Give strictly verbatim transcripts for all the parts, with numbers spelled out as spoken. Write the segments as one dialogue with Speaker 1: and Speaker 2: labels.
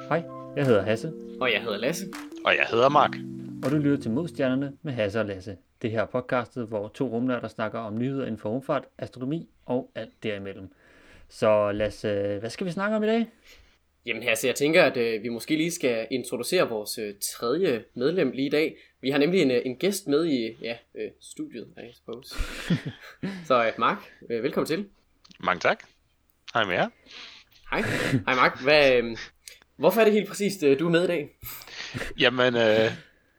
Speaker 1: Hej, jeg hedder Hasse.
Speaker 2: Og jeg hedder Lasse.
Speaker 3: Og jeg hedder Mark.
Speaker 1: Og du lytter til Modstjernerne med Hasse og Lasse. Det her podcastet, hvor to rumnørder snakker om nyheder inden for rumfart, astronomi og alt derimellem. Så Lasse, hvad skal vi snakke om i dag?
Speaker 2: Jamen Hasse, jeg tænker, at øh, vi måske lige skal introducere vores øh, tredje medlem lige i dag. Vi har nemlig en, øh, en gæst med i ja, øh, studiet, I suppose. Så øh, Mark, øh, velkommen til.
Speaker 3: Mange tak. Hej med jer.
Speaker 2: Hej. Hej Mark. Hvad, øh, hvorfor er det helt præcist, øh, du er med i dag?
Speaker 3: Jamen, øh,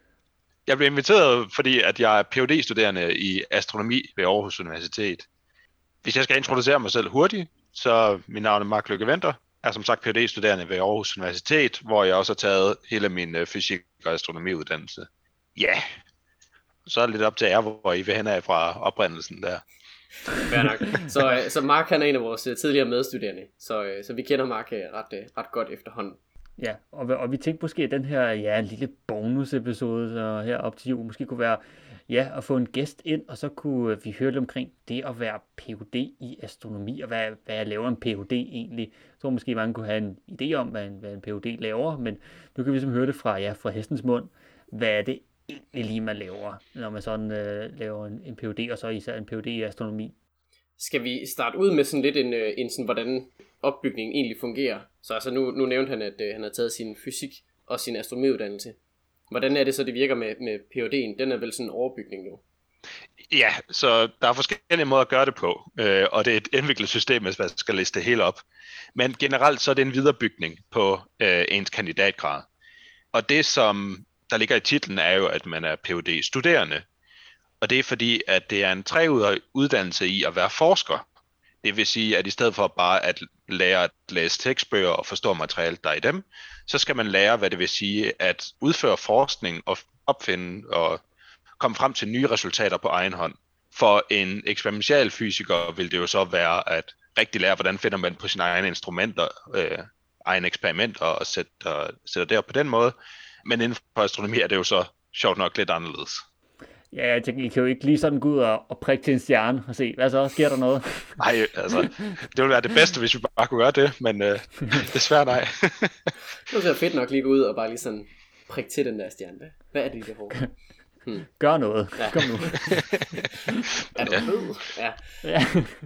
Speaker 3: jeg blev inviteret, fordi at jeg er P H D-studerende i astronomi ved Aarhus Universitet. Hvis jeg skal introducere mig selv hurtigt, så mit navn er Mark Lykke-Winther. Jeg er som sagt P H D-studerende ved Aarhus Universitet, hvor jeg også har taget hele min øh, fysik- og astronomiuddannelse. Ja, så er det lidt op til jer, hvor I vil hen af fra oprindelsen der.
Speaker 2: Fair nok. Så, øh, så Mark han er en af vores øh, tidligere medstuderende, så, øh, så vi kender Mark øh, ret, øh, ret godt efterhånden.
Speaker 1: Ja, og, og vi tænkte måske, at den her ja, en lille bonusepisode så her op til jul måske kunne være ja, at få en gæst ind, og så kunne vi høre lidt omkring det at være P H D i astronomi, og hvad, hvad laver en P H D egentlig. Jeg tror måske, man kunne have en idé om, hvad en, hvad en P H D laver, men nu kan vi ligesom høre det fra, ja, fra hestens mund. Hvad er det egentlig lige, man laver, når man sådan øh, laver en, en P H D, og så især en P H D i astronomi?
Speaker 2: Skal vi starte ud med sådan lidt en, en sådan, hvordan opbygningen egentlig fungerer? Så altså nu, nu nævnte han, at øh, han har taget sin fysik og sin astronomiuddannelse. Hvordan er det så, det virker med, med P H D'en? Den er vel sådan en overbygning nu?
Speaker 3: Ja, så der er forskellige måder at gøre det på, øh, og det er et indviklet system, hvis man skal liste det hele op. Men generelt så er det en viderebygning på øh, ens kandidatgrad. Og det, som der ligger i titlen, er jo, at man er P H D-studerende. Og det er fordi, at det er en treårig uddannelse i at være forsker. Det vil sige, at i stedet for bare at lære at læse tekstbøger og forstå materialet, der er i dem, så skal man lære, hvad det vil sige at udføre forskning og opfinde og komme frem til nye resultater på egen hånd. For en eksperimental fysiker vil det jo så være at rigtig lære, hvordan finder man på sine egne instrumenter, øh, egne eksperimenter og sætter, sætter det op på den måde. Men inden for astronomi er det jo så sjovt nok lidt anderledes.
Speaker 1: Ja, jeg tænker, I kan jo ikke lige sådan gå ud og, og prikke til en stjerne og se, hvad så, sker der noget?
Speaker 3: Nej, altså, det ville være det bedste, hvis vi bare kunne gøre det, men øh, desværre nej.
Speaker 2: Det er fedt nok lige gå ud og bare lige sådan prikke til den der stjerne. Hvad er det, der får?
Speaker 1: Hmm. Gør noget. Ja. Kom nu.
Speaker 2: Er du fed? Ja.
Speaker 1: Ja.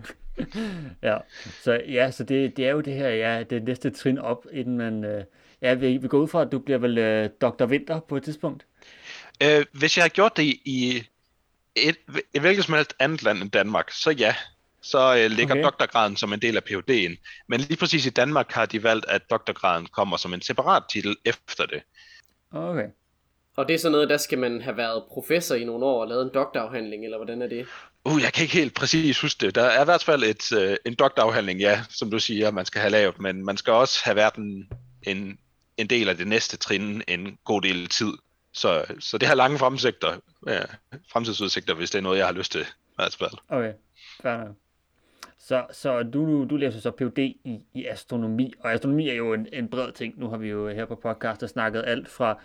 Speaker 1: Ja. Så ja, så det, det er jo det her, ja, det næste trin op, inden man, øh, ja, vi, vi går ud fra, at du bliver vel øh, doktor Winther på et tidspunkt.
Speaker 3: Øh, hvis jeg har gjort det i et, et hvilket som helst andet land end Danmark, så ja, så øh, ligger okay. doktorgraden som en del af P H D'en. Men lige præcis i Danmark har de valgt, at doktorgraden kommer som en separat titel efter det.
Speaker 1: Okay.
Speaker 2: Og det er sådan noget, der skal man have været professor i nogle år og lavet en doktorafhandling, eller hvordan er det?
Speaker 3: Uh, jeg kan ikke helt præcis huske det. Der er i hvert fald et, øh, en doktorafhandling, ja, som du siger, man skal have lavet, men man skal også have været en, en, en del af det næste trin en god del tid. Så, så det har lange fremsigter, ja, fremtidsudsigter, hvis det er noget, jeg har lyst til.
Speaker 1: Okay, fair nok. Så, så du, du læser så P H D i, i astronomi, og astronomi er jo en, en bred ting. Nu har vi jo her på podcast snakket alt fra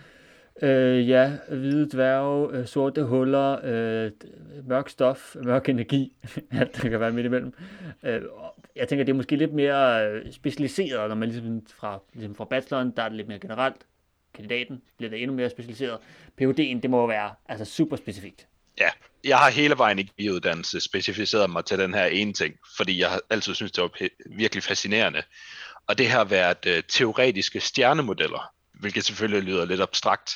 Speaker 1: øh, ja, hvide dværge, øh, sorte huller, øh, mørk stof, mørk energi, alt der kan være midt imellem. Øh, jeg tænker, det er måske lidt mere specialiseret, når man ligesom fra, ligesom fra bacheloren, der er det lidt mere generelt. Kandidaten bliver der endnu mere specialiseret. P H D'en, det må være altså super specifikt.
Speaker 3: Ja, jeg har hele vejen i biuddannelse specificeret mig til den her ene ting, fordi jeg har altid syntes, det var virkelig fascinerende. Og det har været uh, teoretiske stjernemodeller, hvilket selvfølgelig lyder lidt abstrakt.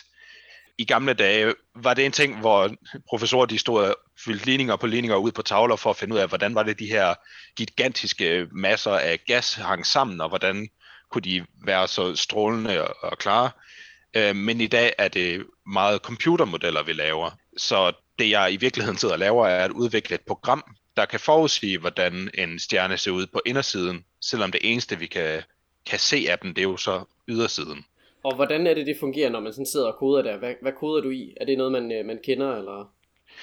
Speaker 3: I gamle dage var det en ting, hvor professorer de stod og fyldte ligninger på ligninger ud på tavler for at finde ud af, hvordan var det de her gigantiske masser af gas hang sammen, og hvordan kunne de være så strålende og, og klare. Men i dag er det meget computermodeller, vi laver. Så det jeg i virkeligheden sidder og laver, er at udvikle et program, der kan forudsige, hvordan en stjerne ser ud på indersiden, selvom det eneste, vi kan, kan se af den, det er jo så ydersiden.
Speaker 2: Og hvordan er det, det fungerer, når man sådan sidder og koder der? Hvad, hvad koder du i? Er det noget, man, man kender, eller?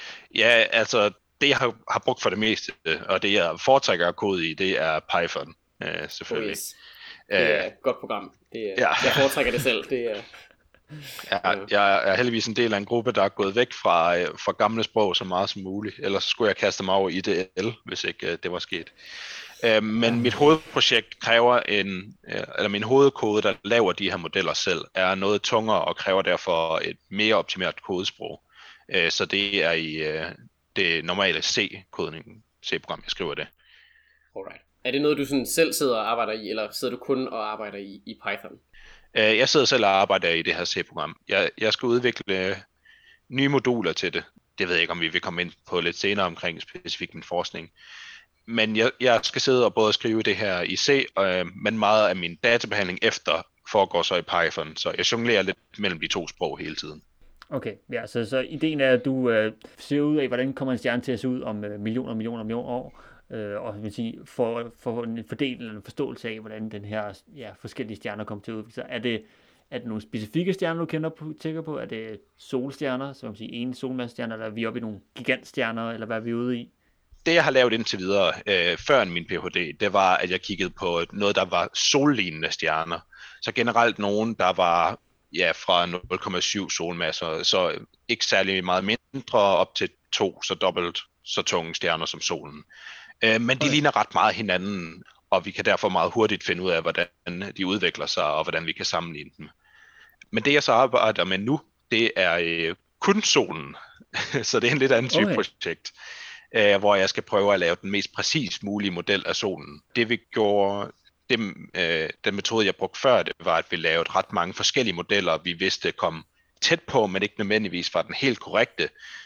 Speaker 3: Ja, altså det jeg har, har brugt for det meste, og det jeg foretrækker at kode i, det er Python, øh, selvfølgelig.
Speaker 2: Oh yes. Det er et godt program. Det er,
Speaker 3: ja.
Speaker 2: Jeg foretrækker det selv. Det er...
Speaker 3: Jeg, jeg er heldigvis en del af en gruppe, der er gået væk fra, øh, fra gamle sprog så meget som muligt. Ellers skulle jeg kaste mig over I D L, hvis ikke øh, det var sket. Øh, men mit hovedprojekt kræver en, øh, eller min hovedkode, der laver de her modeller selv, er noget tungere og kræver derfor et mere optimeret kodesprog. Øh, så det er i øh, det normale C-kodning, C-program, jeg skriver det.
Speaker 2: Alright. Er det noget, du sådan selv sidder og arbejder i, eller sidder du kun og arbejder i, i Python?
Speaker 3: Øh, jeg sidder selv og arbejder i det her C-program. Jeg, jeg skal udvikle nye moduler til det. Det ved jeg ikke, om vi vil komme ind på lidt senere omkring specifikt min forskning. Men jeg, jeg skal sidde og både skrive det her i C, øh, men meget af min databehandling efter foregår så i Python. Så jeg jonglerer lidt mellem de to sprog hele tiden.
Speaker 1: Okay, ja, så, så ideen er, at du øh, ser ud af, hvordan kommer en stjerne til at se ud om øh, millioner og millioner millioner år, øh, og vil sige, for, for en fordel eller en forståelse af, hvordan den her ja, forskellige stjerner kommer til at udvikle sig. Er det, er det nogle specifikke stjerner, du kender på, tænker på? Er det solstjerner, så man sige en solmassestjerner, eller er vi oppe i nogle gigantstjerner, eller hvad er vi ude i?
Speaker 3: Det, jeg har lavet indtil videre, øh, før min Ph.D., det var, at jeg kiggede på noget, der var sollignende stjerner. Så generelt nogen, der var ja, fra nul komma syv solmasser, så ikke særlig meget mindre, op til to så dobbelt så tunge stjerner som solen. Øh, men de okay. ligner ret meget hinanden, og vi kan derfor meget hurtigt finde ud af, hvordan de udvikler sig, og hvordan vi kan sammenligne dem. Men det, jeg så arbejder med nu, det er øh, kun solen. Så det er en lidt anden type okay. projekt, øh, hvor jeg skal prøve at lave den mest præcis mulige model af solen. Det vi gjorde, det, øh, den metode, jeg brugte før, det var, at vi lavede ret mange forskellige modeller, vi vidste kom tæt på, men ikke nødvendigvis var den helt korrekte.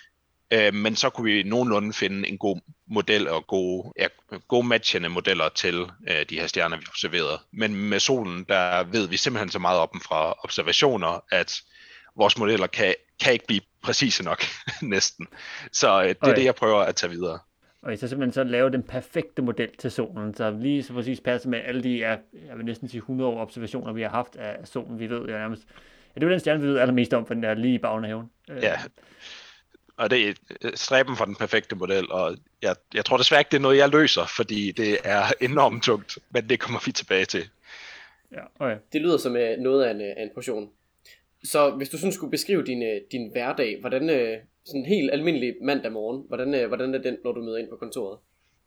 Speaker 3: Øh, men så kunne vi nogenlunde finde en god model og gode, ja, gode matchende modeller til øh, de her stjerner, vi observerede. Men med solen, der ved vi simpelthen så meget op fra observationer, at vores modeller kan, kan ikke blive præcise nok, næsten. Så øh, det er okay. det, jeg prøver at tage videre.
Speaker 1: Og så simpelthen så lave den perfekte model til solen, så lige så præcis passer med alle de, jeg vil næsten sige hundrede år observationer, vi har haft af solen. Vi ved jo nærmest, ja, det er jo den stjerne, vi ved allermest om, for den der lige i bagen af haven.
Speaker 3: Ja, og det er stræben for den perfekte model, og jeg, jeg tror desværre ikke, det er noget, jeg løser, fordi det er enormt tungt, men det kommer vi tilbage til.
Speaker 1: Ja, okay.
Speaker 2: Det lyder som noget af en, af en portion. Så hvis du sådan skulle beskrive din, din hverdag, hvordan sådan en helt almindelig mandag morgen, hvordan, hvordan er den, når du møder ind på kontoret?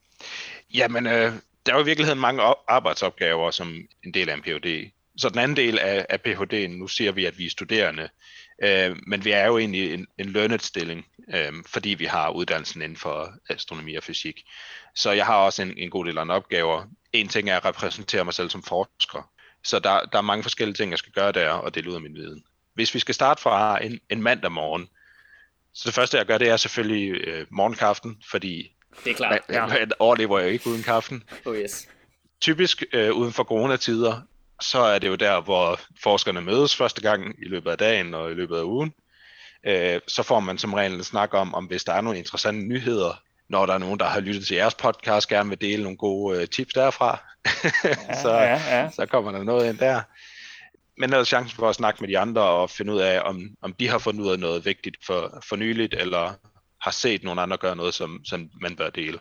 Speaker 3: Jamen, øh, der er jo i virkeligheden mange arbejdsopgaver som en del af en Ph.D. Så den anden del af, af Ph.D.'en, nu siger vi, at vi er studerende, øh, men vi er jo egentlig en, en learned stilling, øh, fordi vi har uddannelsen inden for astronomi og fysik. Så jeg har også en, en god del af opgaver. En ting er at repræsentere mig selv som forsker. Så der, der er mange forskellige ting, jeg skal gøre der, og det lyder min viden. Hvis vi skal starte fra en, en mandag morgen, så det første, jeg gør, det er selvfølgelig øh, morgenkaffen, fordi
Speaker 2: det er klart.
Speaker 3: Man, ja. man overlever jo ikke uden kaffen.
Speaker 2: Oh yes.
Speaker 3: Typisk øh, uden for coronatider, så er det jo der, hvor forskerne mødes første gang i løbet af dagen og i løbet af ugen. Øh, så får man som regel en snak om, om hvis der er nogle interessante nyheder, når der er nogen, der har lyttet til jeres podcast, gerne vil dele nogle gode øh, tips derfra. Ja, så, ja, ja. så kommer der noget ind der. Men der er chancen for at snakke med de andre og finde ud af, om, om de har fundet ud af noget vigtigt for, for nyligt, eller har set nogle andre gøre noget, som, som man bør dele.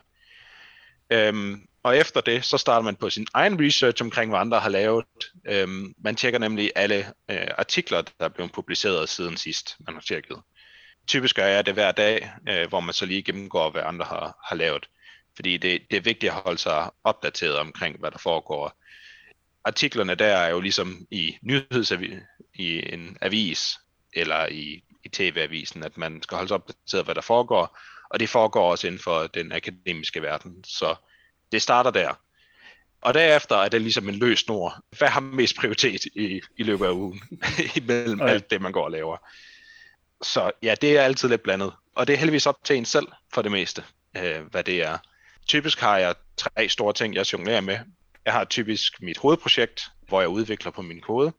Speaker 3: Øhm, og efter det, så starter man på sin egen research omkring, hvad andre har lavet. Øhm, man tjekker nemlig alle øh, artikler, der er blevet publiceret siden sidst, man har tjekket. Typisk gør jeg det hver dag, øh, hvor man så lige gennemgår, hvad andre har, har lavet. Fordi det, det er vigtigt at holde sig opdateret omkring, hvad der foregår. Artiklerne der er jo ligesom i nyhedsavis, i en avis, eller i, i T V-avisen, at man skal holde sig opdateret, hvad der foregår. Og det foregår også inden for den akademiske verden. Så det starter der. Og derefter er det ligesom en løs snor. Hvad har mest prioritet i, i løbet af ugen? Imellem okay. alt det, man går og laver. Så ja, det er altid lidt blandet. Og det er heldigvis op til en selv for det meste, øh, hvad det er. Typisk har jeg tre store ting, jeg jonglerer med. Jeg har typisk mit hovedprojekt, hvor jeg udvikler på min kode.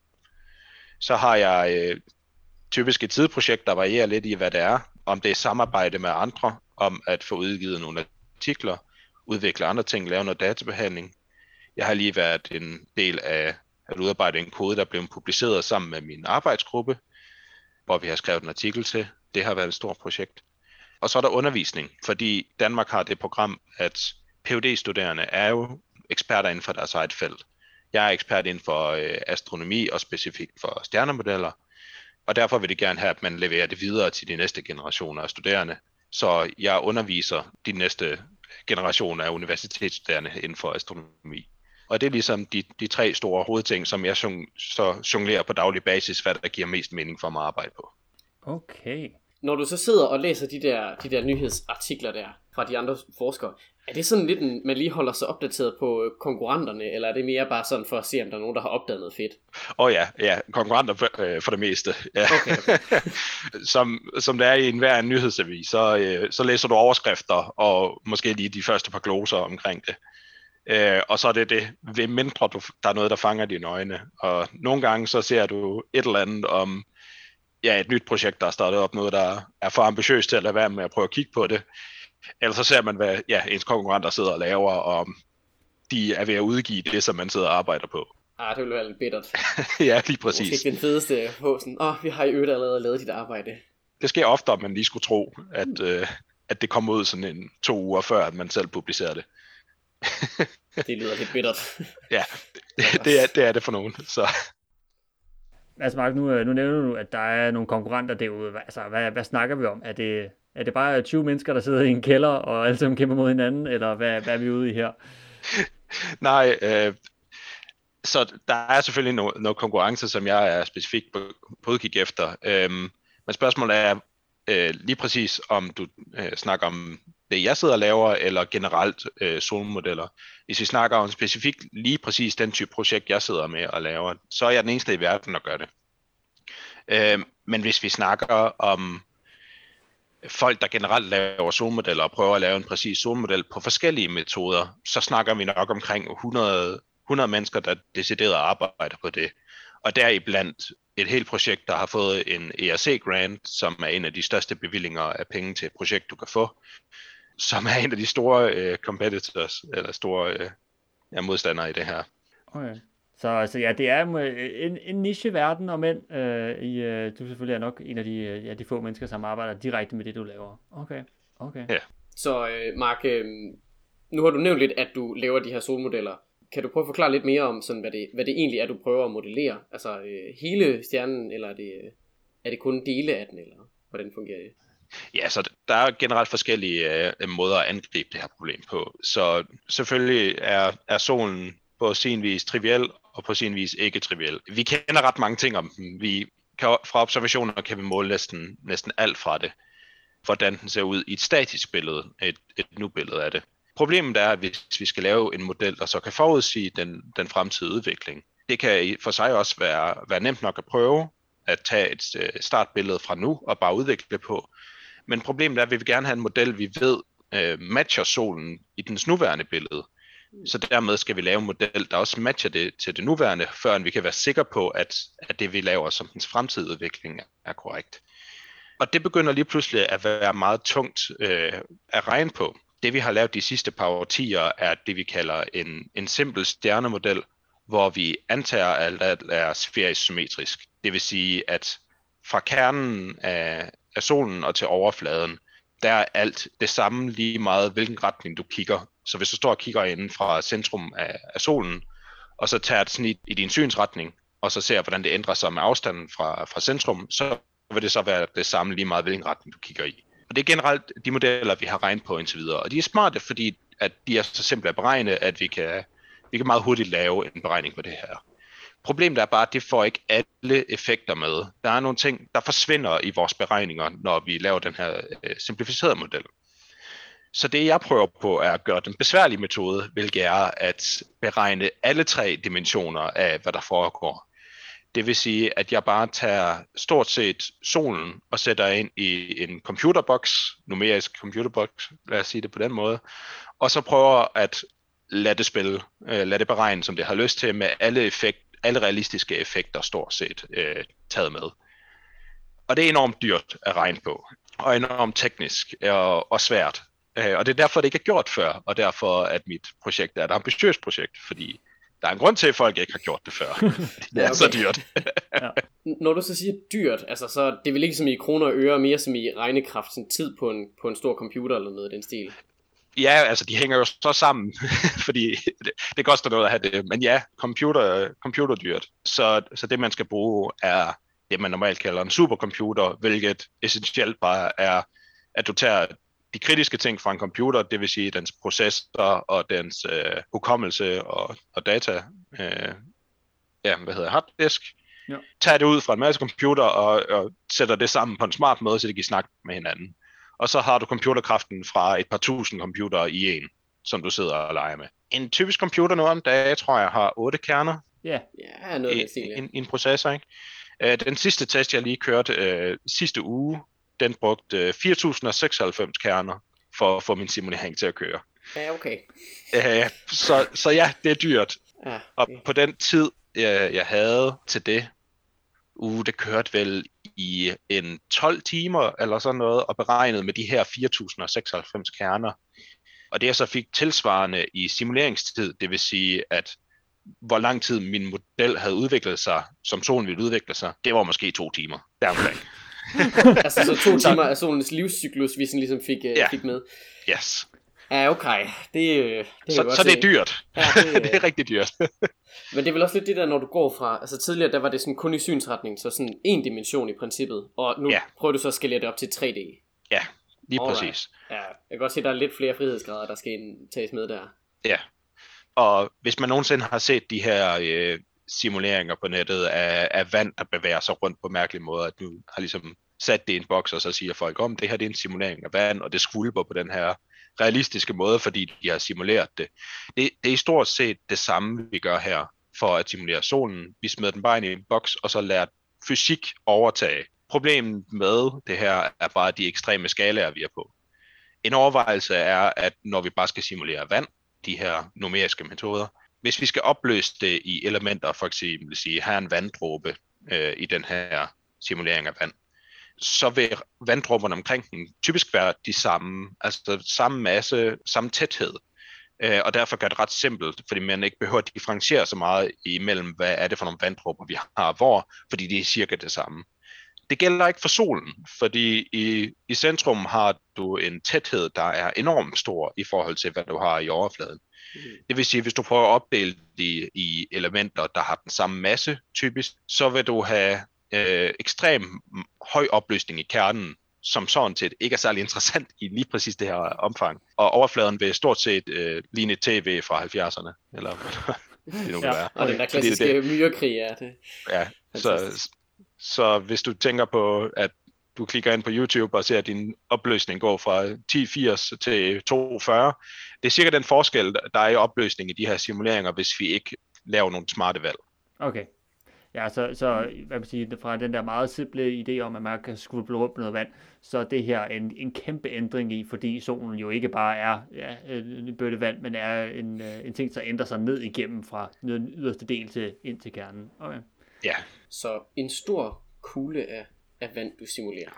Speaker 3: Så har jeg øh, typisk et sideprojekt, der varierer lidt i, hvad det er. Om det er samarbejde med andre, om at få udgivet nogle artikler, udvikle andre ting, lave noget databehandling. Jeg har lige været en del af at udarbejde en kode, der blev publiceret sammen med min arbejdsgruppe, hvor vi har skrevet en artikel til. Det har været et stort projekt. Og så er der undervisning, fordi Danmark har det program, at Ph.D.-studerende er jo eksperter inden for deres eget felt. Jeg er ekspert inden for øh, astronomi og specifikt for stjernemodeller. og derfor vil de gerne have, at man leverer det videre til de næste generationer af studerende. Så jeg underviser de næste generationer af universitetsstuderende inden for astronomi. Og det er ligesom de, de tre store hovedting, som jeg så jonglerer på daglig basis, hvad der giver mest mening for mig at arbejde på.
Speaker 1: Okay.
Speaker 2: Når du så sidder og læser de der, de der nyhedsartikler der fra de andre forskere, er det sådan lidt, en, man lige holder sig opdateret på konkurrenterne, eller er det mere bare sådan for at se, om der er nogen, der har opdaget noget fedt?
Speaker 3: Åh oh ja, ja, konkurrenter for, øh, for det meste. Ja.
Speaker 2: Okay, okay.
Speaker 3: som, som det er i enhver nyhedsavis, så, øh, så læser du overskrifter, og måske lige de første par gloser omkring det. Øh, og så er det det, ved mindre du, der er noget, der fanger dine øjne. Og nogle gange så ser du et eller andet om ja, et nyt projekt, der er startet op, noget, der er for ambitiøst til at lade være med at prøve at kigge på det. Eller så ser man, hvad ja, ens konkurrenter sidder og laver, og de er ved at udgive det, som man sidder og arbejder på.
Speaker 2: Ah, det ville være lidt bittert.
Speaker 3: Ja, lige præcis.
Speaker 2: Måske den fedeste på sådan, åh, oh, vi har i øvrigt allerede lavet dit arbejde.
Speaker 3: Det sker ofte, at man lige skulle tro, at, øh, at det kommer ud sådan en to uger før, at man selv publicerer det.
Speaker 2: Det lyder lidt bittert.
Speaker 3: Ja, det, det, er, det er det for nogen. Så.
Speaker 1: Altså Mark, nu, nu nævner du, at der er nogle konkurrenter derude. Altså, hvad, hvad snakker vi om? Er det, er det bare tyve mennesker, der sidder i en kælder, og alle sammen kæmper mod hinanden, eller hvad, hvad er vi ude i her?
Speaker 3: Nej, øh, så der er selvfølgelig noget, noget konkurrence, som jeg er specifikt på, på udkig efter. Øh, men spørgsmålet er øh, lige præcis, om du øh, snakker om det, jeg sidder og laver, eller generelt øh, solmodeller. Hvis vi snakker om specifikt lige præcis den type projekt, jeg sidder med og laver, så er jeg den eneste i verden, der gør det. Øh, men hvis vi snakker om folk, der generelt laver solmodeller og prøver at lave en præcis solmodel på forskellige metoder, så snakker vi nok omkring hundrede, hundrede mennesker, der decideret arbejder på det. Og deriblandt et helt projekt, der har fået en E R C-grant, som er en af de største bevillinger af penge til et projekt, du kan få, som er en af de store øh, competitors, eller store øh, ja, modstandere i det her.
Speaker 1: Okay. Så altså, ja, det er en, en nicheverden, og mænd, øh, i, øh, du selvfølgelig er nok en af de, ja, de få mennesker, som arbejder direkte med det, du laver. Okay, okay.
Speaker 3: Ja.
Speaker 2: Så øh, Mark, øh, nu har du nævnt lidt, at du laver de her solmodeller. Kan du prøve at forklare lidt mere om, sådan, hvad, det, hvad det egentlig er, du prøver at modellere? Altså øh, hele stjernen, eller er det, er det kun dele af den, eller hvordan fungerer det?
Speaker 3: Ja, så der er generelt forskellige øh, måder at angribe det her problem på. Så selvfølgelig er, er solen på sin vis triviel, og på sin vis ikke triviel. Vi kender ret mange ting om den. Vi kan, fra observationer kan vi måle næsten, næsten alt fra det. Hvordan den ser ud i et statisk billede, et, et nu-billede af det. Problemet er, at hvis vi skal lave en model, der så kan forudsige den, den fremtidige udvikling, det kan for sig også være, være nemt nok at prøve at tage et startbillede fra nu og bare udvikle det på. Men problemet er, at vi vil gerne have en model, vi ved øh, matcher solen i dens nuværende billede. Så dermed skal vi lave en model, der også matcher det til det nuværende, før vi kan være sikre på, at, at det vi laver som dens fremtidige udvikling er korrekt. Og det begynder lige pludselig at være meget tungt øh, at regne på. Det vi har lavet de sidste par årtier er det vi kalder en, en simpel stjernemodel, hvor vi antager at alt er sfærisk symmetrisk. Det vil sige, at fra kernen af, af solen og til overfladen, der er alt det samme lige meget, hvilken retning du kigger. Så hvis du står og kigger inden fra centrum af, af solen, og så tager et snit i din synsretning, og så ser, hvordan det ændrer sig med afstanden fra, fra centrum, så vil det så være det samme lige meget, hvilken retning du kigger i. Og det er generelt de modeller, vi har regnet på indtil videre. Og de er smarte, fordi at de er så simple at beregne, at vi kan, vi kan meget hurtigt lave en beregning på det her. Problemet er bare, at det får ikke alle effekter med. Der er nogle ting, der forsvinder i vores beregninger, når vi laver den her øh, simplificerede model. Så det jeg prøver på er at gøre den besværlige metode, hvilket er at beregne alle tre dimensioner af, hvad der foregår. Det vil sige, at jeg bare tager stort set solen og sætter ind i en computerboks, numerisk computerboks, lad os sige det på den måde, og så prøver at lade det spille, lade det beregne, som det har lyst til, med alle, effekt, alle realistiske effekter stort set øh, taget med. Og det er enormt dyrt at regne på, og enormt teknisk og, og svært. Og det er derfor, det ikke er gjort før, og derfor, at mit projekt er et ambitiøst projekt, fordi der er en grund til, at folk ikke har gjort det før. Det er okay. Så dyrt.
Speaker 2: Ja. Når du så siger dyrt, altså så det er vel ikke som i kroner og øre, mere som i regnekraft, sådan tid på en, på en stor computer eller noget i den stil?
Speaker 3: Ja, altså de hænger jo så sammen, fordi det, det koster noget at have det. Men ja, computer, computer dyrt. Så, så det man skal bruge er det, man normalt kalder en supercomputer, hvilket essentielt bare er, at du tager de kritiske ting fra en computer, det vil sige dens processor og dens øh, hukommelse og, og data, øh, ja, hvad hedder harddisk,
Speaker 1: ja.
Speaker 3: tager det ud fra en masse computer og, og sætter det sammen på en smart måde, så det kan snakke med hinanden. Og så har du computerkraften fra et par tusind computere i en, som du sidder og leger med. En typisk computer nu om dagen, tror jeg, har otte kerner.
Speaker 1: Ja,
Speaker 2: ja noget
Speaker 3: i,
Speaker 2: af det,
Speaker 3: i, i en processor, ikke? Uh, den sidste test, jeg lige kørte uh, sidste uge, den brugte uh, fire tusind seksoghalvfems kerner for at få min simulering til at køre.
Speaker 2: Ja, okay.
Speaker 3: Uh, så, så ja, det er dyrt.
Speaker 2: Ja, okay.
Speaker 3: Og på den tid, jeg, jeg havde til det, uh, det kørte vel i en tolv timer eller sådan noget, og beregnet med de her fire tusind seksoghalvfems kerner. Og det jeg så fik tilsvarende i simuleringstid, det vil sige, at hvor lang tid min model havde udviklet sig, som solen ville udvikle sig, det var måske to timer deromkring.
Speaker 2: Altså så to timer af solens livscyklus, vi sådan ligesom fik,
Speaker 3: ja.
Speaker 2: fik med.
Speaker 3: Yes.
Speaker 2: Ja, okay. Det, det
Speaker 3: så så det er dyrt.
Speaker 2: Ja, det,
Speaker 3: det er rigtig dyrt.
Speaker 2: Men det er vel også lidt det der, når du går fra, altså tidligere der var det sådan kun i synsretning, så sådan en dimension i princippet, og nu ja. prøver du så at skalere det op til tre D.
Speaker 3: Ja, lige
Speaker 2: Alright.
Speaker 3: præcis.
Speaker 2: Ja, jeg kan godt se, at der er lidt flere frihedsgrader, der skal tages med der.
Speaker 3: Ja, og hvis man nogensinde har set de her øh, simuleringer på nettet af, af vand, der bevæger sig rundt på mærkelige måder, at du har ligesom sat det i en boks, og så siger folk om, det her det er en simulering af vand, og det skvulper på den her realistiske måde, fordi de har simuleret det. Det, det er i stort set det samme, vi gør her for at simulere solen. Vi smider den bare ind i en boks, og så lader fysik overtage. Problemet med det her er bare de ekstreme skalaer, vi er på. En overvejelse er, at når vi bare skal simulere vand, de her numeriske metoder, hvis vi skal opløse det i elementer, for eksempel sige, her er en vanddråbe øh, i den her simulering af vand, så vil vanddråberne omkring den typisk være de samme, altså samme masse, samme tæthed. Øh, og derfor gør det ret simpelt, fordi man ikke behøver at differentiere så meget imellem, hvad er det for nogle vanddråber, vi har hvor, fordi de er cirka det samme. Det gælder ikke for solen, fordi i, i centrum har du en tæthed, der er enormt stor i forhold til, hvad du har i overfladen. Mm. Det vil sige, at hvis du prøver at opdele de i elementer, der har den samme masse typisk, så vil du have øh, ekstrem høj opløsning i kernen, som sådan set ikke er særlig interessant i lige præcis det her omfang. Og overfladen vil stort set øh, ligne et tv fra halvfjerdserne, eller hvad det nu kan
Speaker 2: ja,
Speaker 3: være.
Speaker 2: og den der klassiske myrekrig er det.
Speaker 3: Ja, så... Så hvis du tænker på, at du klikker ind på YouTube og ser, at din opløsning går fra ti firs til to fyrre, det er cirka den forskel, der er i opløsning i de her simuleringer, hvis vi ikke laver nogle smarte valg.
Speaker 1: Okay. Ja, så, så hvad man siger, fra den der meget simple idé om, at man kan skubbe rundt med noget vand, så er det her en, en kæmpe ændring i, fordi solen jo ikke bare er ja, en bøtte vand, men er en, en ting, der ændrer sig ned igennem fra den yderste del til ind til kernen. Okay.
Speaker 3: Ja.
Speaker 2: Så en stor kugle af, af vand, du simulerer.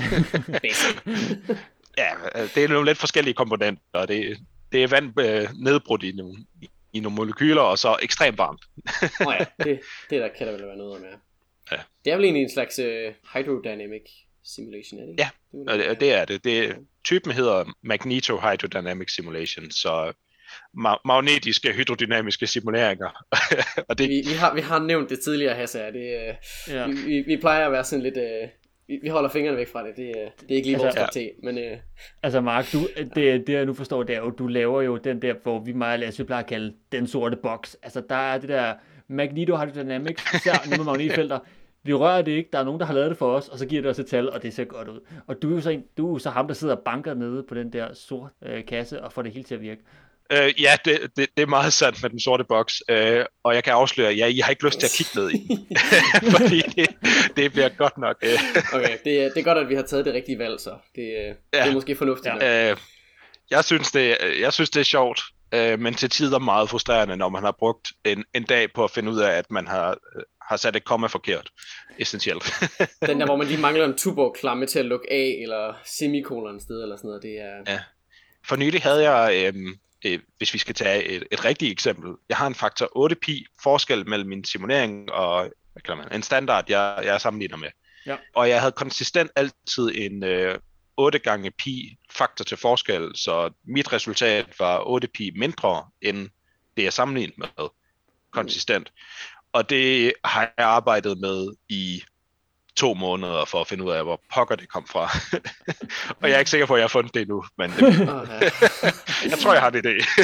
Speaker 3: Ja, det er nogle lidt forskellige komponenter. Det, det er vand øh, nedbrudt i nogle, i nogle molekyler, og så ekstremt varmt.
Speaker 2: Åh oh ja, det, det der kan der vel være noget om, ja.
Speaker 3: Ja.
Speaker 2: Det er vel egentlig en slags uh, hydrodynamic simulation, er det ikke?
Speaker 3: Ja, det, det, det er det. det. Typen hedder Magneto-Hydrodynamic Simulation, så ma- magnetiske hydrodynamiske simuleringer. og det...
Speaker 2: vi, vi, har, vi har nævnt det tidligere, Hasse. Det, uh, ja. vi, vi, vi plejer at være sådan lidt... Uh, vi, vi holder fingrene væk fra det. Det, uh, det er ikke lige vores
Speaker 1: altså,
Speaker 2: ja. men... Uh...
Speaker 1: Altså Mark, du, det, det jeg nu forstår, det er jo, du laver jo den der, hvor vi meget Lasse plejer at kalde den sorte boks. Altså der er det der Magneto Hydrodynamics, især nu med magnetfelter. Vi rører det ikke, der er nogen, der har lavet det for os, og så giver det os et tal, og det ser godt ud. Og du er jo så, en, du er jo så ham, der sidder og banker nede på den der sorte øh, kasse, og får det hele til at virke.
Speaker 3: Øh, ja, det, det, det er meget sandt med den sorte boks, øh, og jeg kan afsløre, at ja, I har ikke lyst til at kigge ned i, fordi det, det bliver godt nok. Øh.
Speaker 2: Okay, det, det er godt, at vi har taget det rigtige valg, så det, ja. det er måske fornuftigt.
Speaker 3: Ja. Øh, jeg, synes, det, jeg synes, det er sjovt, øh, men til tider meget frustrerende, når man har brugt en, en dag på at finde ud af, at man har, har sat et komma forkert, essentielt.
Speaker 2: Den der, hvor man lige mangler en Tuborg-klamme til at lukke af, eller semikolon sted, eller sådan noget, det er...
Speaker 3: Ja. For nylig havde jeg... Øh, hvis vi skal tage et, et rigtigt eksempel. Jeg har en faktor otte pi forskel mellem min simulering og hvad kalder man, en standard, jeg, jeg sammenligner med.
Speaker 1: Ja.
Speaker 3: Og jeg havde konsistent altid en øh, otte gange pi faktor til forskel, så mit resultat var otte pi mindre end det, jeg sammenlignede med konsistent. Og det har jeg arbejdet med i to måneder for at finde ud af, hvor pokker det kom fra. Og jeg er ikke sikker på, at jeg har fundet det endnu, men det... oh, ja. Jeg tror, jeg har det idé.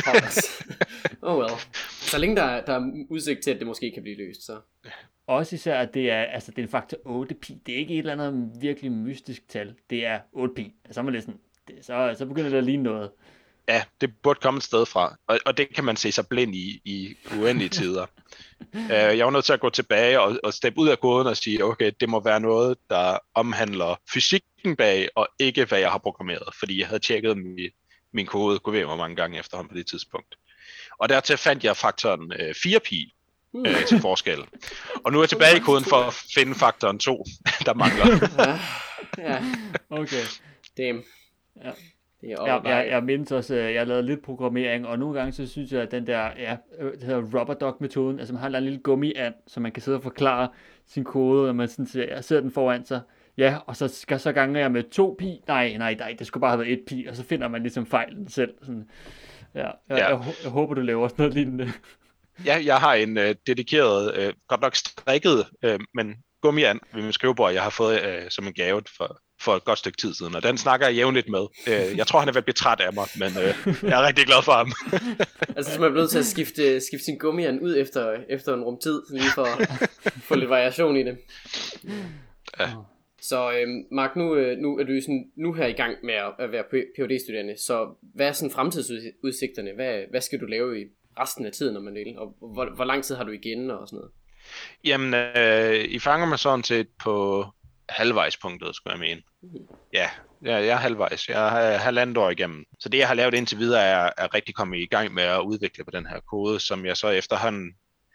Speaker 2: Oh well. Så længe der, der er udsigt til, at det måske kan blive løst, så...
Speaker 1: Også især, at det er, altså, det er en faktor otte pi. Det er ikke et eller andet virkelig mystisk tal. Det er otte pi. Så, man sådan, det, så, så begynder det at ligne noget.
Speaker 3: Ja, det burde komme et sted fra. Og, og det kan man se sig blind i, i uendelige tider. uh, jeg var nødt til at gå tilbage og, og steppe ud af koden og sige, okay, det må være noget, der omhandler fysikken bag, og ikke hvad jeg har programmeret. Fordi jeg havde tjekket min, min kode, kunne ved hvor mange gange efterhånden på det tidspunkt. Og dertil fandt jeg faktoren uh, fire pi. Øh, til forskel. Og nu er jeg tilbage i koden for at finde faktoren to, der mangler.
Speaker 2: Ja, ja.
Speaker 1: Okay.
Speaker 2: Damn.
Speaker 1: Ja. Det er jeg, jeg, jeg mindes også, jeg har lavet lidt programmering, og nogle gange så synes jeg, at den der, ja, det hedder rubber duck-metoden, altså man har en lille gummi-and, så man kan sidde og forklare sin kode, og man sådan ser, jeg ser den foran sig, ja, og så, skal, så ganger jeg med to pi, nej, nej, nej, det skulle bare have været et pi, og så finder man ligesom fejlen selv. Sådan. Ja, jeg, ja. Jeg, jeg, jeg håber, du laver også noget lignende.
Speaker 3: Ja, jeg har en øh, dedikeret, øh, godt nok strikket, øh, men gummiand ved min skrivebord, jeg har fået øh, som en gave for, for et godt stykke tid siden, og den snakker jeg jævnligt med. Øh, jeg tror, han er ved at blive træt af mig, men øh, jeg er rigtig glad for ham.
Speaker 2: Altså, så man er nødt til at skifte, skifte sin gummiand ud efter, efter en rumtid, lige for at få lidt variation i det.
Speaker 3: Ja.
Speaker 2: Så øh, Mark, nu, nu er du sådan, nu her i gang med at, at være Ph.D.-studerende, så hvad er sådan fremtidsudsigterne? Hvad, hvad skal du lave i resten af tiden, når man vil, og hvor, hvor lang tid har du igen og sådan noget?
Speaker 3: Jamen, øh, I fanger mig sådan set på halvvejspunktet, skulle jeg mene. Mm. Ja, ja, jeg er halvvejs. Jeg er halvandet år igennem. Så det, jeg har lavet indtil videre, er, er rigtig kommet i gang med at udvikle på den her kode, som jeg så efterhånden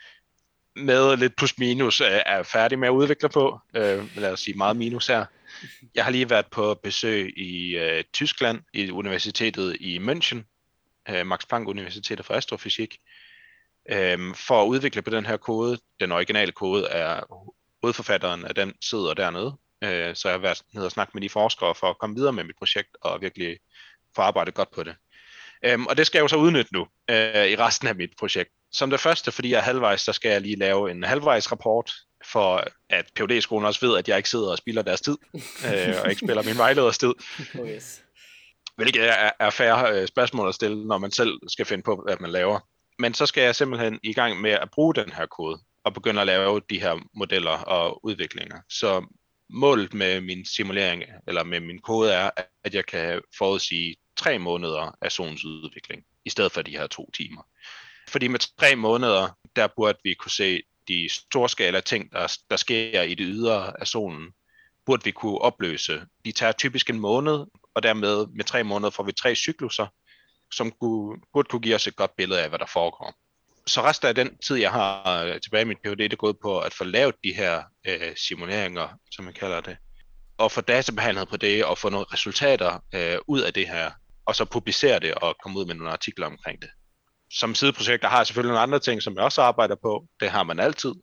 Speaker 3: med lidt plus minus er færdig med at udvikle på. Øh, lad os sige meget minus her. Jeg har lige været på besøg i øh, Tyskland, i universitetet i München, øh, Max Planck Universitetet for Astrofysik, øh, for at udvikle på den her kode. Den originale kode er hovedforfatteren af den sidder dernede, øh, så jeg har været nede og snakket med de forskere for at komme videre med mit projekt og virkelig få arbejdet godt på det. Um, og det skal jeg jo så udnytte nu uh, i resten af mit projekt. Som det første, fordi jeg er halvvejs, så skal jeg lige lave en halvvejsrapport, for at Ph.D.-skolen også ved, at jeg ikke sidder og spilder deres tid, uh, og ikke spiller min vejleders tid.
Speaker 2: Oh yes.
Speaker 3: Hvilket er, er færre uh, spørgsmål at stille, når man selv skal finde på, hvad man laver. Men så skal jeg simpelthen i gang med at bruge den her kode, og begynde at lave de her modeller og udviklinger. Så målet med min simulering, eller med min kode, er, at jeg kan forudsige tre måneder af solens udvikling, i stedet for de her to timer. Fordi med tre måneder, der burde vi kunne se de storskala ting, der, der sker i det ydre af solen, burde vi kunne opløse. De tager typisk en måned, og dermed med tre måneder får vi tre cykluser, som kunne, burde kunne give os et godt billede af, hvad der foregår. Så resten af den tid, jeg har tilbage i mit Ph.D., det er gået på at få lavet de her øh, simuleringer, som man kalder det, og få databehandlet på det, og få nogle resultater øh, ud af det her, og så publicere det og komme ud med nogle artikler omkring det. Som sideprojekter har jeg selvfølgelig nogle andre ting, som jeg også arbejder på. Det har man altid.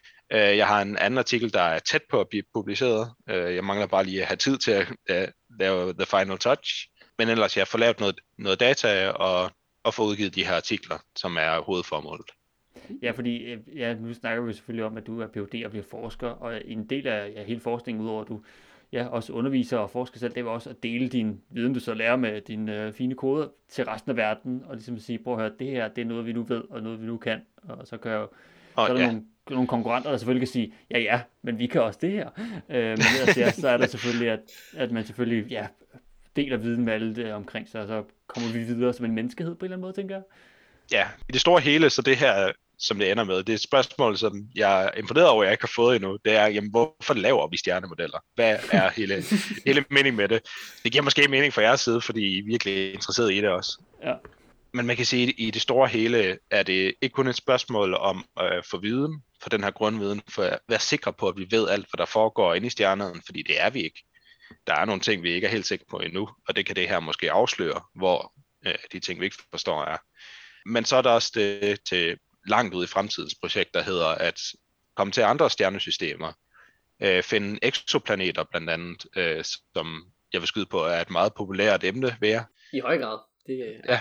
Speaker 3: Jeg har en anden artikel, der er tæt på at blive publiceret. Jeg mangler bare lige at have tid til at lave the final touch. Men ellers jeg får lavet noget, noget data og, og få udgivet de her artikler, som er hovedformålet.
Speaker 1: Ja, fordi ja, nu snakker vi selvfølgelig om, at du er Ph.D. og bliver forsker, og en del af ja, hele forskningen, udover at du ja, også underviser og forsker selv, det var også at dele din viden, du så lærer med dine øh, fine koder til resten af verden, og ligesom at sige, prøv at høre, det her, det er noget, vi nu ved, og noget, vi nu kan, og så kan jo, og, så er der ja. nogle, nogle konkurrenter, der selvfølgelig kan sige, ja, ja, men vi kan også det her. Øh, men ellers ja, så er der selvfølgelig, at, at man selvfølgelig, ja, deler viden med alle det omkring sig, og så kommer vi videre som en menneskehed på en eller anden måde, tænker jeg.
Speaker 3: Ja, i det store hele, så det her, som det ender med, det er et spørgsmål, som jeg er imponeret over, at jeg ikke har fået endnu. Det er, jamen, hvorfor laver vi stjernemodeller? Hvad er hele, hele mening med det? Det giver måske mening fra jeres side, fordi I er virkelig interesseret i det også.
Speaker 1: Ja.
Speaker 3: Men man kan sige, at i det store hele er det ikke kun et spørgsmål om at få viden, for den her grundviden, for at være sikre på, at vi ved alt, hvad der foregår inde i stjernerne, fordi det er vi ikke. Der er nogle ting, vi ikke er helt sikre på endnu, og det kan det her måske afsløre, hvor øh, de ting, vi ikke forstår, er. Men så er der også det til langt ud i fremtidens projekt, der hedder at komme til andre stjernesystemer, øh, finde eksoplaneter blandt andet, øh, som jeg vil skyde på er et meget populært emne ved jer.
Speaker 2: I høj grad. Det...
Speaker 3: Ja.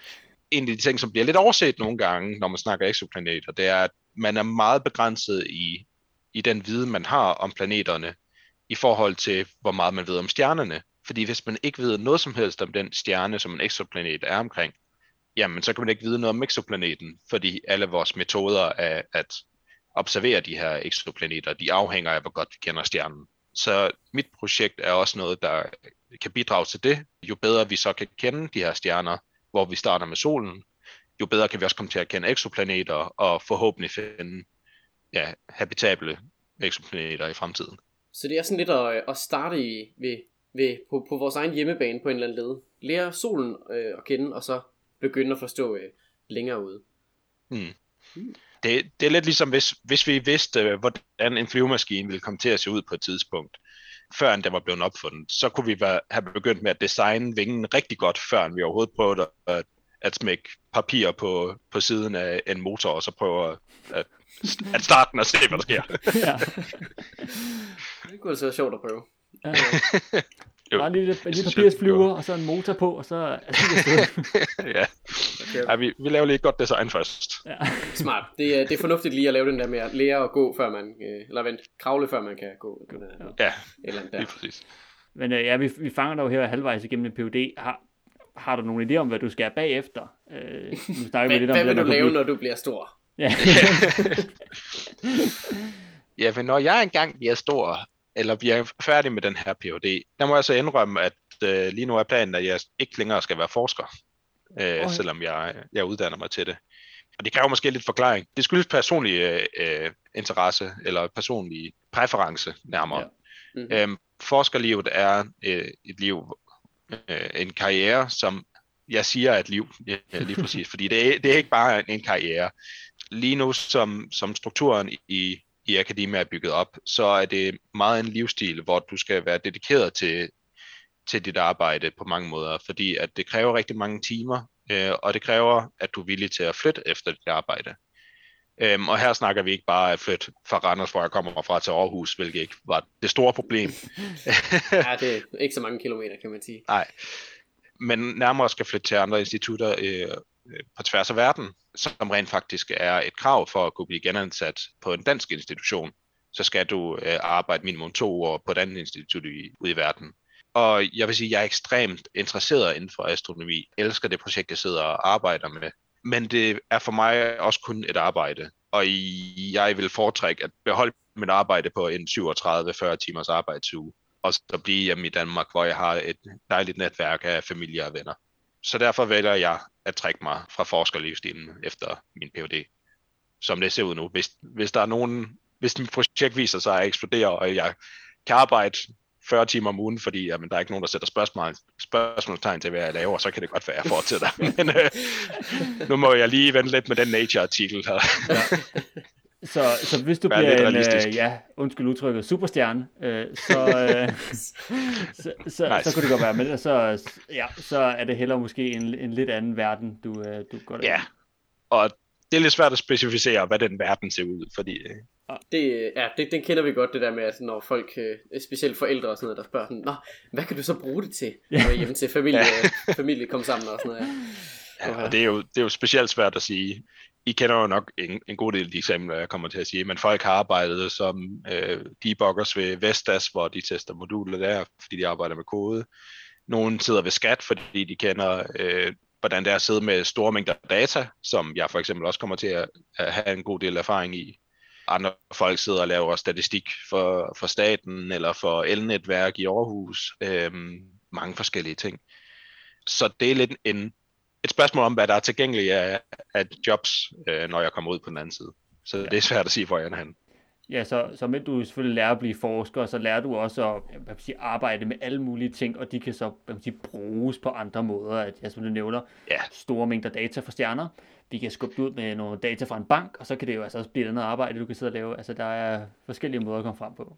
Speaker 3: En af de ting, som bliver lidt overset nogle gange, når man snakker eksoplaneter, det er, at man er meget begrænset i, i den viden, man har om planeterne, i forhold til, hvor meget man ved om stjernerne. Fordi hvis man ikke ved noget som helst om den stjerne, som en eksoplanet er omkring, jamen så kan man ikke vide noget om exoplaneten, fordi alle vores metoder af at observere de her exoplaneter, de afhænger af, hvor godt vi kender stjernen. Så mit projekt er også noget, der kan bidrage til det. Jo bedre vi så kan kende de her stjerner, hvor vi starter med solen, jo bedre kan vi også komme til at kende exoplaneter og forhåbentlig finde ja, habitable exoplaneter i fremtiden.
Speaker 2: Så det er sådan lidt at, at starte i, ved, ved, på, på vores egen hjemmebane på en eller anden led. Lære solen øh, at kende, og så begynde at forstå øh, længere ude.
Speaker 3: Hmm. Hmm. Det, det er lidt ligesom, hvis, hvis vi vidste, hvordan en flyvemaskine ville komme til at se ud på et tidspunkt, før den var blevet opfundet, så kunne vi være, have begyndt med at designe vingen rigtig godt, før vi overhovedet prøvede at, at smække papir på, på siden af en motor, og så prøve at, at, at starte den og se, hvad der sker.
Speaker 2: Ja. Det kunne altså være sjovt at prøve.
Speaker 1: Ja, ja. Der er en lille, en lille papirsflyver, og så en motor på, og så er det
Speaker 3: ja, ja vi, vi laver lige et godt design først.
Speaker 2: Ja. Smart. Det er, det er fornuftigt lige at lave den der med at lære at gå, før man, øh, eller vent, kravle, før man kan gå.
Speaker 3: Ja, eller der. Lige præcis.
Speaker 1: Men øh, ja, vi, vi fanger dig jo her halvvejs igennem en P H D. Har, har du nogen idé om, hvad du skal bagefter? Øh, nu
Speaker 2: hvad
Speaker 1: vi lidt om
Speaker 2: hvad
Speaker 1: det,
Speaker 2: vil du lave,
Speaker 1: blive...
Speaker 2: når du bliver stor?
Speaker 3: Ja, ja men når jeg engang bliver stor, eller bliver færdig med den her P H D, der må jeg så indrømme, at øh, lige nu er planen, at jeg ikke længere skal være forsker, øh, okay. selvom jeg, jeg uddanner mig til det. Og det kræver måske lidt forklaring. Det skyldes personlig øh, interesse, eller personlig præference nærmere. Ja. Mm-hmm. Øhm, forskerlivet er øh, et liv, øh, en karriere, som jeg siger er et liv, ja, lige præcis, fordi det er, det er ikke bare en karriere. Lige nu, som, som strukturen i i akademia er bygget op, så er det meget en livsstil, hvor du skal være dedikeret til, til dit arbejde på mange måder, fordi at det kræver rigtig mange timer, øh, og det kræver, at du er villig til at flytte efter dit arbejde. Øhm, og her snakker vi ikke bare at flytte fra Randers, hvor jeg kommer fra, til Aarhus, hvilket ikke var det store problem.
Speaker 2: Ja, det er ikke så mange kilometer, kan man sige.
Speaker 3: Nej, men nærmere skal flytte til andre institutter øh, på tværs af verden, som rent faktisk er et krav for at kunne blive genansat på en dansk institution, så skal du øh, arbejde minimum to år på et andet institut i, ude i verden. Og jeg vil sige, at jeg er ekstremt interesseret inden for astronomi. Jeg elsker det projekt, jeg sidder og arbejder med. Men det er for mig også kun et arbejde. Og jeg vil foretrække at beholde mit arbejde på en syvogtredive til fyrre timers arbejdsuge, og så blive hjemme i Danmark, hvor jeg har et dejligt netværk af familie og venner. Så derfor vælger jeg at trække mig fra forskerlivsstilen efter min P H D, som det ser ud nu. Hvis, hvis der er nogen, hvis mit projekt viser sig at eksplodere, og jeg kan arbejde fyrre timer om ugen, fordi jamen, der er ikke nogen, der sætter spørgsmål, spørgsmålstegn til, hvad jeg laver, så kan det godt være, at jeg fortsætter. Men øh, nu må jeg lige vente lidt med den Nature-artikel her. Ja.
Speaker 1: Så, så hvis du bliver en, øh, ja, undskyld udtrykket, superstjerne, øh, så, øh, så, så, nice. så kunne det godt være, men så, ja, så er det heller måske en, en lidt anden verden, du, øh, du går der.
Speaker 3: Ja, og det er lidt svært at specificere, hvad den verden ser ud, fordi... Øh...
Speaker 2: Det, ja, det, den kender vi godt, det der med, at når folk, øh, specielt forældre og sådan noget, der spørger sådan, nå, hvad kan du så bruge det til, når jeg er hjemme til familie, ja. familie kom sammen og sådan noget, ja.
Speaker 3: Ja, og det er, jo, det er jo specielt svært at sige. I kender jo nok en, en god del af de eksempler, jeg kommer til at sige, men folk har arbejdet som øh, debuggers ved Vestas, hvor de tester moduler der, fordi de arbejder med kode. Nogle sidder ved skat, fordi de kender, øh, hvordan det er at sidde med store mængder data, som jeg for eksempel også kommer til at, at have en god del erfaring i. Andre folk sidder og laver statistik for, for staten, eller for elnetværk i Aarhus. Øh, mange forskellige ting. Så det er lidt en... et spørgsmål om, hvad der er tilgængeligt af, af jobs, øh, når jeg kommer ud på den anden side. Så ja. Det er svært at sige, hvor jeg er henne.
Speaker 1: Ja, så, så mens du selvfølgelig lærer at blive forsker, så lærer du også at hvad man siger, arbejde med alle mulige ting, og de kan så hvad man siger, bruges på andre måder. At, ja, som du nævner,
Speaker 3: ja. Store
Speaker 1: mængder data fra stjerner. Vi kan skubbe ud med nogle data fra en bank, og så kan det jo altså også blive et andet arbejde, du kan sidde og lave. Altså, der er forskellige måder at komme frem på.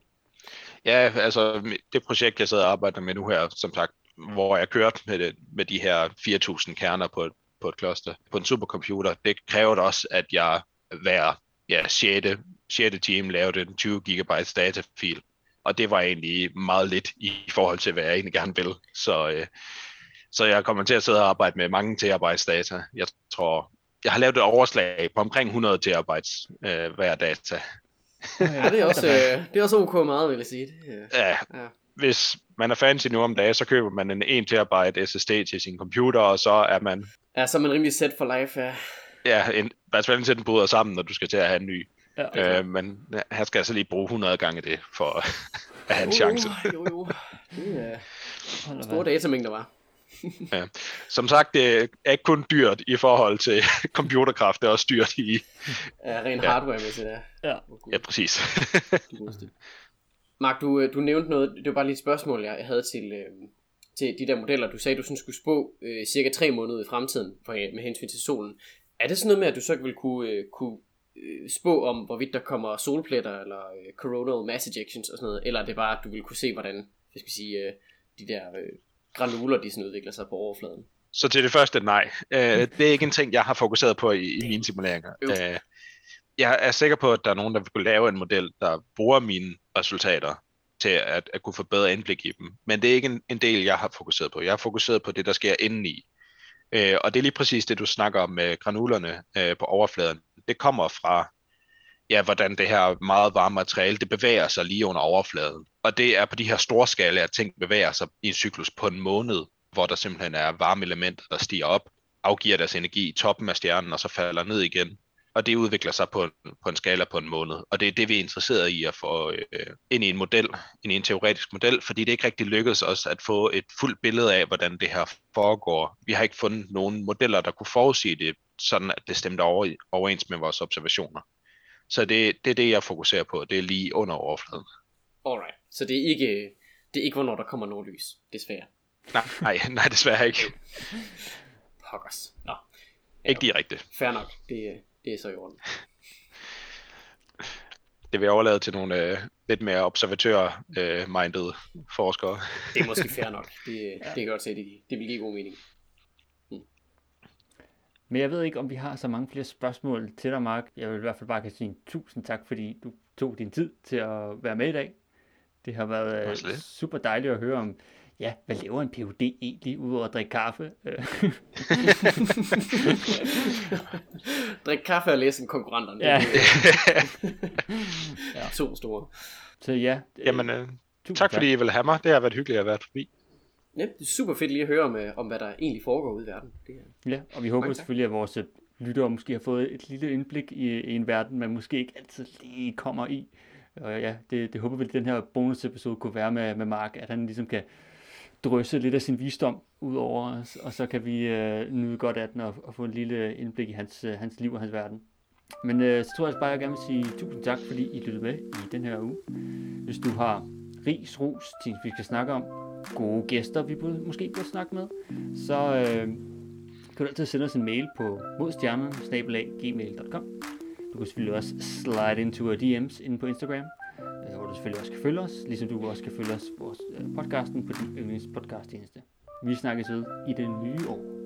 Speaker 3: Ja, altså det projekt, jeg sidder og arbejder med nu her, som sagt, hvor jeg kørte med, det, med de her fire tusind kerner på et, på et kloster, på en supercomputer, det krævede også, at jeg hver ja, sjette, sjette time lavede en tyve gigabyte datafil. Og det var egentlig meget lidt i forhold til, hvad jeg egentlig gerne vil. Så, øh, så jeg kommer til at sidde og arbejde med mange terabytes data. Jeg tror, jeg har lavet et overslag på omkring hundrede terabytes øh, hver data.
Speaker 2: Ja, det er også, øh, det er også ok meget, vil jeg sige. Det, øh,
Speaker 3: Ja,
Speaker 2: ja.
Speaker 3: hvis man er fancy nu om dagen, så køber man en en terabyte S S D til sin computer, og så er man,
Speaker 2: Ja, så er man rimelig set for life, ja.
Speaker 3: ja, en, bare spændende til den bryder sammen, når du skal til at have en ny.
Speaker 1: Ja.
Speaker 3: Øh, men ja, han skal altså lige bruge hundrede gange det, for at have en chance.
Speaker 2: Jo, jo, jo. Det er
Speaker 1: Hold da
Speaker 2: store
Speaker 1: hvad.
Speaker 2: datamængder, var.
Speaker 3: Ja. Som sagt, det er ikke kun dyrt i forhold til computerkraft, det er også dyrt i...
Speaker 2: Ja, ren
Speaker 3: Ja.
Speaker 2: hardware-mæssigt, ja.
Speaker 1: Ja.
Speaker 3: Ja, præcis.
Speaker 2: Mark, du, du nævnte noget, det var bare lige et spørgsmål, jeg havde til, øh, til de der modeller. Du sagde, du sådan skulle spå øh, cirka tre måneder i fremtiden for, med hensyn til solen. Er det sådan noget med, at du så vil kunne, øh, kunne øh, spå om, hvorvidt der kommer solpletter eller øh, coronal mass ejections og sådan noget? Eller er det bare, at du vil kunne se, hvordan jeg skal sige, øh, de der øh, granuler, de sådan udvikler sig på overfladen?
Speaker 3: Så til det første, nej. Øh, det er ikke en ting, jeg har fokuseret på i, i mine simuleringer.
Speaker 2: Jo.
Speaker 3: Øh, jeg er sikker på, at der er nogen, der vil kunne lave en model, der bruger mine resultater til at, at kunne få bedre indblik i dem. Men det er ikke en, en del, jeg har fokuseret på. Jeg har fokuseret på det, der sker indeni. Øh, og det er lige præcis det, du snakker om med granulerne øh, på overfladen. Det kommer fra, ja, hvordan det her meget varme materiale, det bevæger sig lige under overfladen. Og det er på de her store skala, at ting bevæger sig i en cyklus på en måned, hvor der simpelthen er varme elementer, der stiger op, afgiver deres energi i toppen af stjernen, og så falder ned igen. Og det udvikler sig på en, på en skala på en måned. Og det er det, vi er interesseret i at få øh, ind i en model, ind i en teoretisk model, fordi det ikke rigtig lykkedes os at få et fuldt billede af, hvordan det her foregår. Vi har ikke fundet nogen modeller, der kunne forudsige det, sådan at det stemte over, overens med vores observationer. Så det, det er det, jeg fokuserer på. Det er lige under overfladen.
Speaker 2: Alright, så det er ikke, det er ikke hvornår der kommer nordlys, desværre.
Speaker 3: Nej, nej, nej desværre ikke.
Speaker 2: Pokkers. Nå.
Speaker 3: Ikke direkte.
Speaker 2: Fair nok, det, det er så i orden.
Speaker 3: Det vil jeg overlade til nogle øh, lidt mere observatør-minded øh, forskere.
Speaker 2: Det er måske fair nok. Det, ja. det kan godt se, det, det vil give god mening.
Speaker 1: Men jeg ved ikke, om vi har så mange flere spørgsmål til dig, Mark. Jeg vil i hvert fald bare kan sige tusind tak, fordi du tog din tid til at være med i dag. Det har været uh, super dejligt at høre om, ja, hvad laver en P H D egentlig, udover at drikke kaffe?
Speaker 2: Drik kaffe og læse en konkurrenterne.
Speaker 1: Ja.
Speaker 2: Ja. To store.
Speaker 1: Så ja.
Speaker 3: Jamen, øh, tak, tak fordi I vil have mig. Det har været hyggeligt at være forbi.
Speaker 2: Ja, det er super fedt lige at høre om, om hvad der egentlig foregår ude i verden. Det er...
Speaker 1: Ja, og vi håber selvfølgelig, at vores lyttere måske har fået et lille indblik i, i en verden, man måske ikke altid lige kommer i. Og ja, det, det håber vi, at den her bonusepisode kunne være med, med Mark, at han ligesom kan drysse lidt af sin visdom ud over os, og så kan vi øh, nyde godt af den og, og få en lille indblik i hans, øh, hans liv og hans verden. Men øh, så tror jeg bare, jeg gerne vil sige tusind tak, fordi I lyttede med i den her uge. Hvis du har ris, ros, ting vi skal snakke om, gode gæster, vi burde, måske burde snakke med, så øh, kan du altid sende os en mail på modstjernerne snabel-a gmail punktum com. Du kan selvfølgelig også slide into our D M's inde på Instagram, hvor du selvfølgelig også kan følge os, ligesom du også kan følge os på vores podcasten på din yndlings podcasttjeneste. Vi snakkes ved i det nye år.